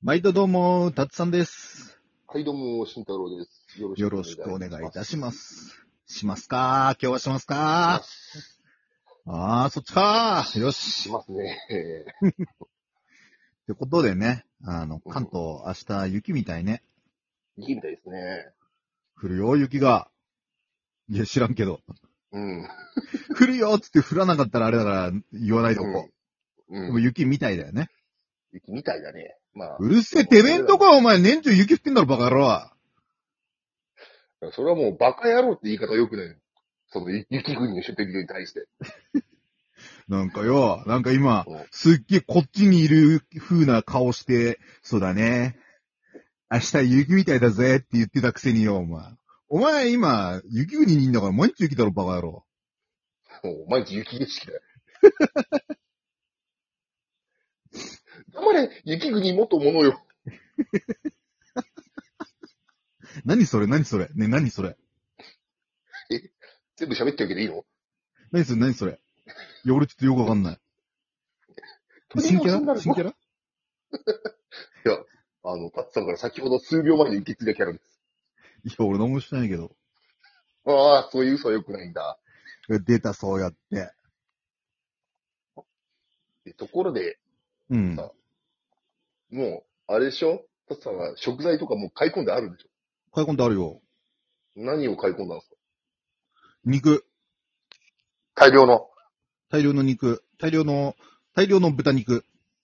毎度どうも、たつさんです。 はい、どうも、慎太郎です。よろしよくお願いろしくお願いいたしましす。しますか？今日はしますます。しまか？ す。 そっちかよし。 しますね。 ってことでね、 うん。 関東明日雪みたいね。 いいみたいですね。 降るよ、雪が。いや、知らんけど。 うん。 降るよっつって降らなかったらあれだから言わないでおこうん。うう。でもん。 雪みたいだよね。 雪みたいだね。まあ、 うるせえ、 でも、 てめえそれは、 んとこはお前年中雪降ってんだろ、バカ野郎。 それはもうバカ野郎って言い方良くない。その、雪国の人的に対して。 なんかよ、なんか今、 うん。 すっげえこっちにいる風な顔して、そうだね。明日雪みたいだぜって言ってたくせによ、お前。お前今、雪国にいんだから毎日雪だろ、バカ野郎。 もう、毎日雪景色だよ。黙れ、雪国元物よ。 何それ何それね、何それえ、全部喋ってるけどいいの？ 何それいや、俺ちょっとよくわかんない。 取り新キャラ直しになるぞ。 新キャラいや、タッツさんから先ほど数秒前に受け継いだキャラです。 いや、俺何もしてないけど。 ああ、そういう嘘は良くないんだ。 出た、そうやって。 ところで、 うん。 さ、もう、あれでしょ？タツさんは食材とかもう買い込んであるんでしょ？ 買い込んであるよ。 何を買い込んだんですか？ 肉。 大量の。 大量の肉。大量の豚肉。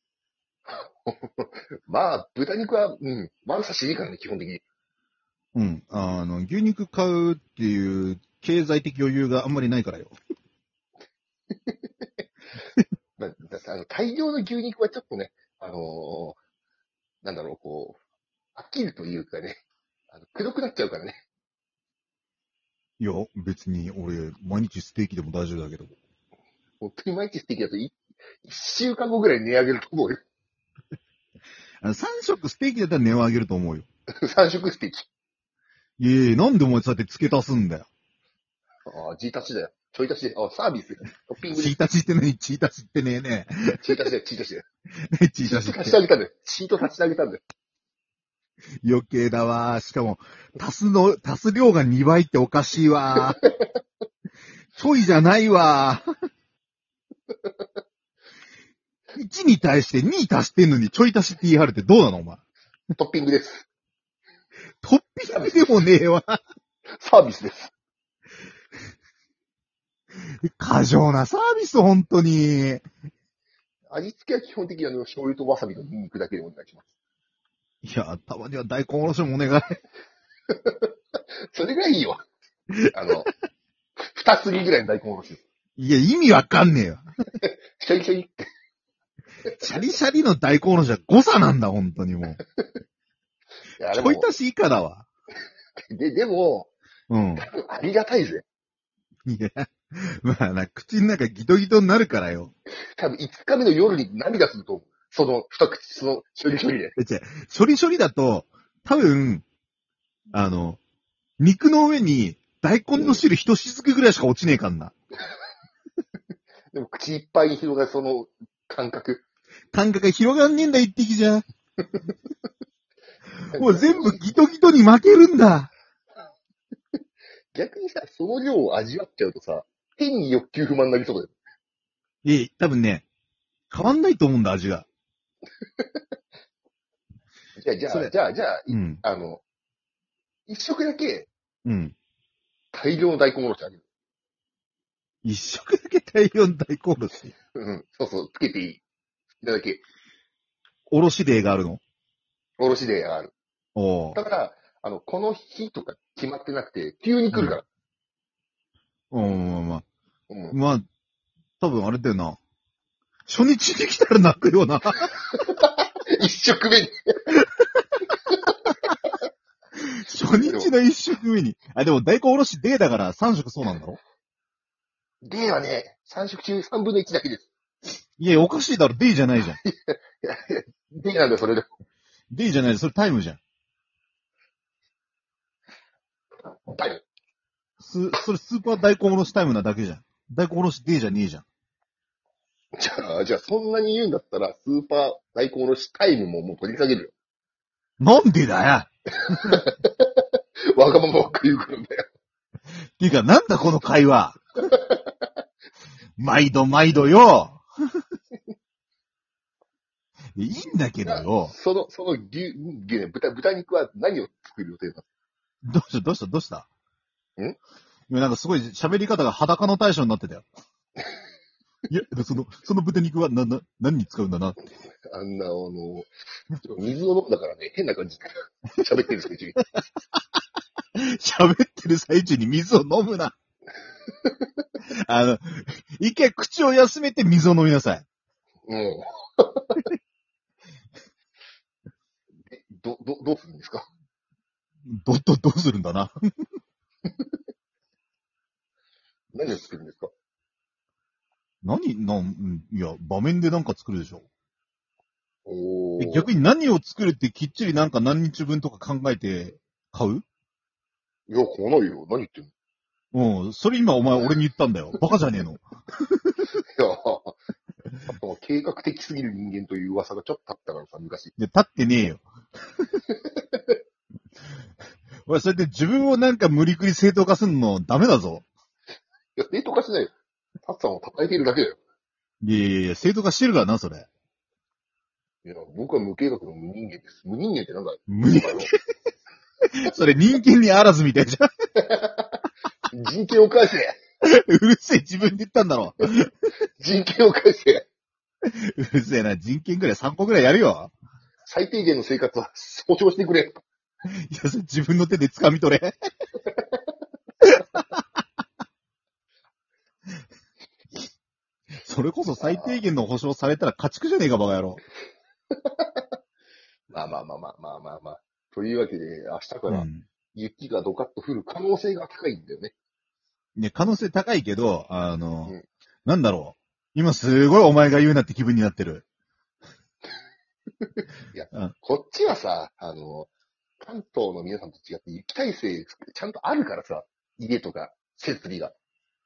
まあ、豚肉は、悪さしいいからね、基本的に。 うん。牛肉買うっていう経済的余裕があんまりないからよ。 大量の牛肉はちょっとね、あのーなんだろう、こう、飽きるというかね、くどくなっちゃうからね。 いや、別に俺、毎日ステーキでも大丈夫だけど。 本当に毎日ステーキだと一週間後ぐらい値上げると思うよ。 3食ステーキだったら値を上げると思うよ。 三食ステーキ。 いえ、なんでお前そうやって付け足すんだよ。 ああ、G タッチだよ。ちょい足しで。あ、サービス。トッピングでチーす。 タチって何チータチってねえねチータッチだよ、チータッチだよ。 え。チーチートタチって。 足してあげたんだよ。チート足してあげたんだよ。 余計だわ。しかも、足す量が2倍っておかしいわ。ちょいじゃないわ。1に対して2足してんのにちょい足しって言い張るってどうなのお前。 トッピングです。 トッピングでもねえわ。 サービスです。 過剰なサービス、本当に。 味付けは基本的に醤油とわさびとニンニクだけでお願いします。 いや、たまには大根おろしもお願い。 それがいいよ。あの、二すぎぐらいの大根おろしです。 いや、意味わかんねえよ。 シャリシャリって。 シャリシャリの大根おろしは誤差なんだ、本当にもいや、 う。 でも、 ちょい足し以下だわ。 でも、 うん。 ありがたいぜ。 いや、まあな、口の中ギトギトになるからよ。 多分5日目の夜に涙すると思う。その二口、その処理処理で。 違う、処理処理だと、多分、あの、肉の上に大根の汁一雫ぐらいしか落ちねえかんな。 でも口いっぱいに広がるその感覚。 感覚が広がんねえんだ、一滴じゃ。もう全部ギトギトに負けるんだ。 逆にさ、その量を味わっちゃうとさ、変に欲求不満になりそうだよ。 多分ね、変わんないと思うんだ、味が。それ。 じゃあ、 うん。 一食だけうん。 大量の大根おろしあげる。 一食だけ大量の大根おろし。 うん、そうそう、つけていい。いただけ。 おろし例があるの？ おろしである。 おー。 だから、この日とか決まってなくて、急に来るから。 まあ。 うん。 まあ、多分あれだよな。初日に来たら泣くよな。 一食目に。 初日の一食目に。あ、でも大根おろしデーだから3食そうなんだろ？ ではね、三食中三分の一だけです。 いや、おかしいだろ。デイじゃないじゃん。 でなんだよ、それで。 デイじゃない。それタイムじゃん。 タイム。 それスーパー大根おろしタイムなだけじゃん。大根おろしデイじゃねえじゃん。 じゃあ、そんなに言うんだったら、スーパー大根おろしタイムももう取り下げるよ。 なんでだよ。 わがままばっかり言うからだよ。 っていうか、なんだこの会話。毎度毎度よ。いいんだけどよ。 その豚肉は何を作る予定などうしたん今なんかすごい喋り方が裸の大将になってたよ。いや、その豚肉は何に使うんだな。 あんな、水を飲んだからね、変な感じで喋ってるんですよ、 喋ってる最中に水を飲むな。一回口を休めて水を飲みなさい。 うん。どうするんですか？ どうするんだな。 何を作るんですか？ いや、場面でなんか作るでしょ。 おー。 逆に何を作るってきっちりなんか何日分とか考えて買う？ いや、買わないよ。何言ってんの？ うん。それ今お前俺に言ったんだよ。バカじゃねえの。 いや、あとは計画的すぎる人間という噂がちょっとあったからさ、昔。いで、立ってねえよ。俺、それで自分をなんか無理くり正当化すんのダメだぞ。 や、正当化しないよ。タッさんを叩いているだけだよ。 いや、正当化してるからな、それ。 いや、僕は無計画の無人間です。無人間ってなんだ無人それ人間にあらずみたいじゃん。 人権を返せ。 うるせえ、自分で言ったんだろ。 人権を返せ。 うるせえな、人権ぐらい3個ぐらいやるよ。 最低限の生活は保障してくれ。 いや、それ自分の手で掴み取れ。それこそ最低限の保証されたら家畜じゃねえか、バカ野郎。 まあ。というわけで、明日からうん。 雪がドカッと降る可能性が高いんだよね。 ね、可能性高いけど、 んなんだろう。今すごいお前が言うなって気分になってる。 いや、 うんこっちはさ、関東の皆さんと違って雪耐性ちゃんとあるからさ、家とか設備が。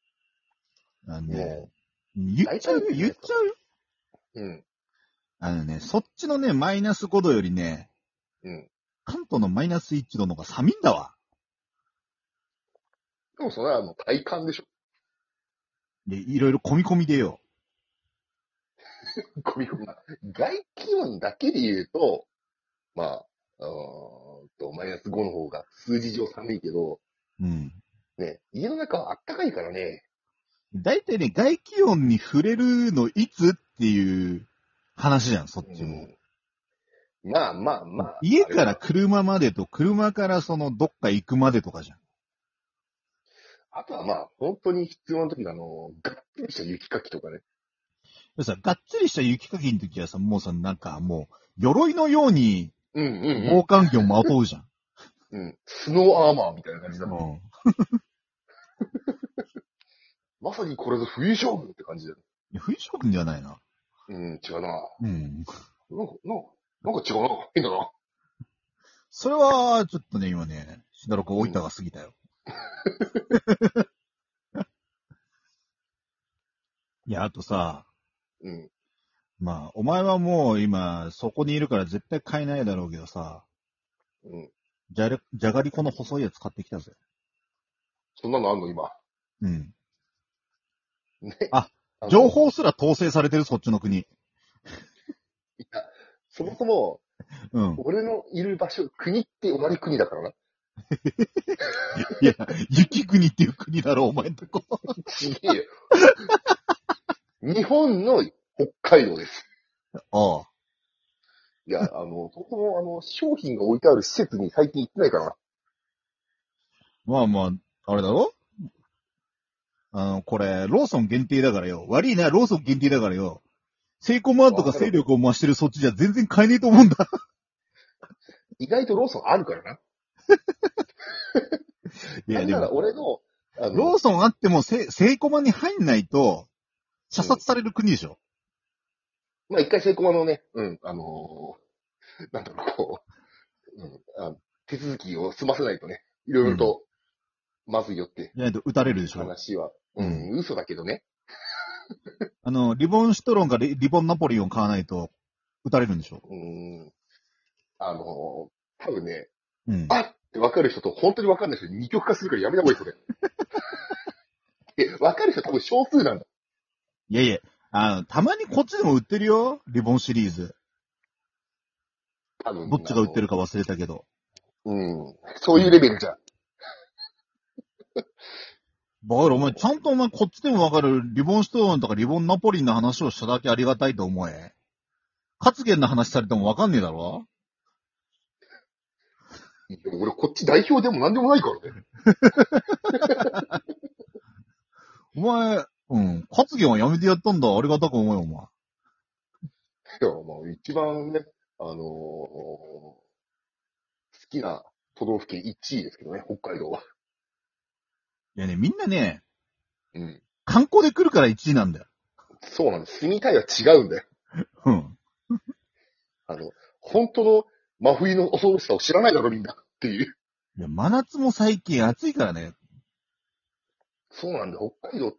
も言っちゃうよ、言っちゃうよ。 う、うん、 そっちのね、マイナス5度よりね、 うん。 関東のマイナス1度の方が寒いんだわ。 でもそれは体感でしょ。 で、いろいろ込み込みでよ。 ゴミゴミ。外気温だけで言うと、まあ、マイナス5の方が数字上寒いけど、 うん。 ね、家の中は暖かいからね、 だいたいね、外気温に触れるのいつっていう話じゃん、そっちも。 まあ。 家からあれは車までと、車からそのどっか行くまでとかじゃん。 あとはまあ、本当に必要な時のがっつりした雪かきとかね。 でさ、がっつりした雪かきの時はさ、もうさ、なんかもう、鎧のように防寒着をまとうじゃん。 うん。スノーアーマーみたいな感じだもん。 うん。 まさにこれぞ冬将軍って感じだよ。 いや冬将軍ではないな。 うん、違うな。 うん。 なんか違うな。変だな。 それは、ちょっとね、今ね、しだろく大分が過ぎたよ。いや、あとさ、 うん。 まあ、お前はもう今、そこにいるから絶対買えないだろうけどさ、 うん。 じゃがりこの細いやつ買ってきたぜ。 そんなのあんの今。 うん。 ね。 あ、 の情報すら統制されてる、そっちの国。 いや、そもそも、 うん。 俺のいる場所、国って終わり国だからな。 いや、雪国っていう国だろ、お前んとこ。 ちげえよ。日本の北海道です。 ああ。 いや、そもそも商品が置いてある施設に最近行ってないからな。 まあまあ、あれだろこれ、ローソン限定だからよ。悪いな、ローソン限定だからよ。セイコーマートが勢力を増してるそっちじゃ全然買えねえと思うんだ。 意外とローソンあるからな。 いや、 なんならでも、 俺の、 ローソンあってもセイコーマに入んないと、射殺される国でしょ。 まあ一回セイコーマのね、なんだろう、手続きを済ませないとね、いろいろと、まずいよってじゃないと撃たれるでしょ。 話は、 うん嘘だけどね。 リボンシトロンかリボンナポリオン買わないと撃たれるんでしょ。 うん、 多分ね、 うん。 あって分かる人と本当に分かんない人に二極化するからやめた方がいい、それ。分かる人多分少数なんだ。 いやいや、たまにこっちでも売ってるよ。リボンシリーズ。 多分。 どっちが売ってるか忘れたけど。 うん。そういうレベルじゃん。 バカ野郎、お前、ちゃんとこっちでもわかるリボンストーンとかリボンナポリンの話をしただけありがたいと思え。活言の話されてもわかんねえだろ。 でも俺こっち代表でもなんでもないからね。 お前、活言はやめてやったんだ。ありがたく思えよ、お前。 いや、まあ一番ね、好きな都道府県1位ですけどね、北海道は。 いやね、みんなね、 うん。 観光で来るから1位なんだよ。 そうなんです。住みたいは違うんだよ。 うん。 本当の真冬の恐ろしさを知らないだろ、みんな。っていう。 いや、真夏も最近暑いからね。 そうなんだよ。北海道って、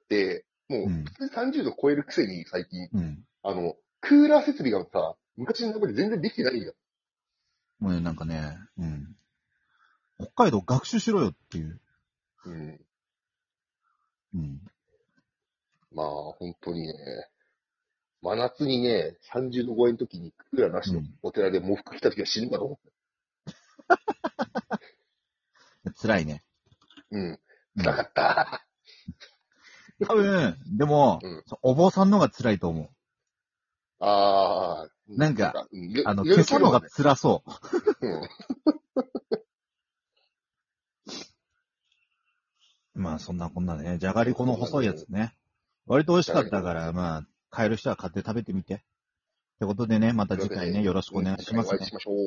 もううん。 普通に30度超えるくせに最近、 うん。 クーラー設備がさ、昔の中で全然できてないんだよ。 もうね、なんかね、北海道学習しろよっていう。 うん。 うん。 まあ、本当にね、真夏にね、30度超えの時にクーラーなしのお寺で喪服着た時は死ぬかと思辛いね。 う。うん。 うん辛かった。 多分、でも、 うん。 お坊さんの方が辛いと思ああ、 う。なんか、 いろいろ消すのがね。 辛そうん。 う。まあ、そんなこんなでね。じゃがりこの細いやつね。割と美味しかったから、まあ、買える人は買って食べてみて。ってことでね、また次回ね、よろしくお願いしますね次回お会いし。ましょう。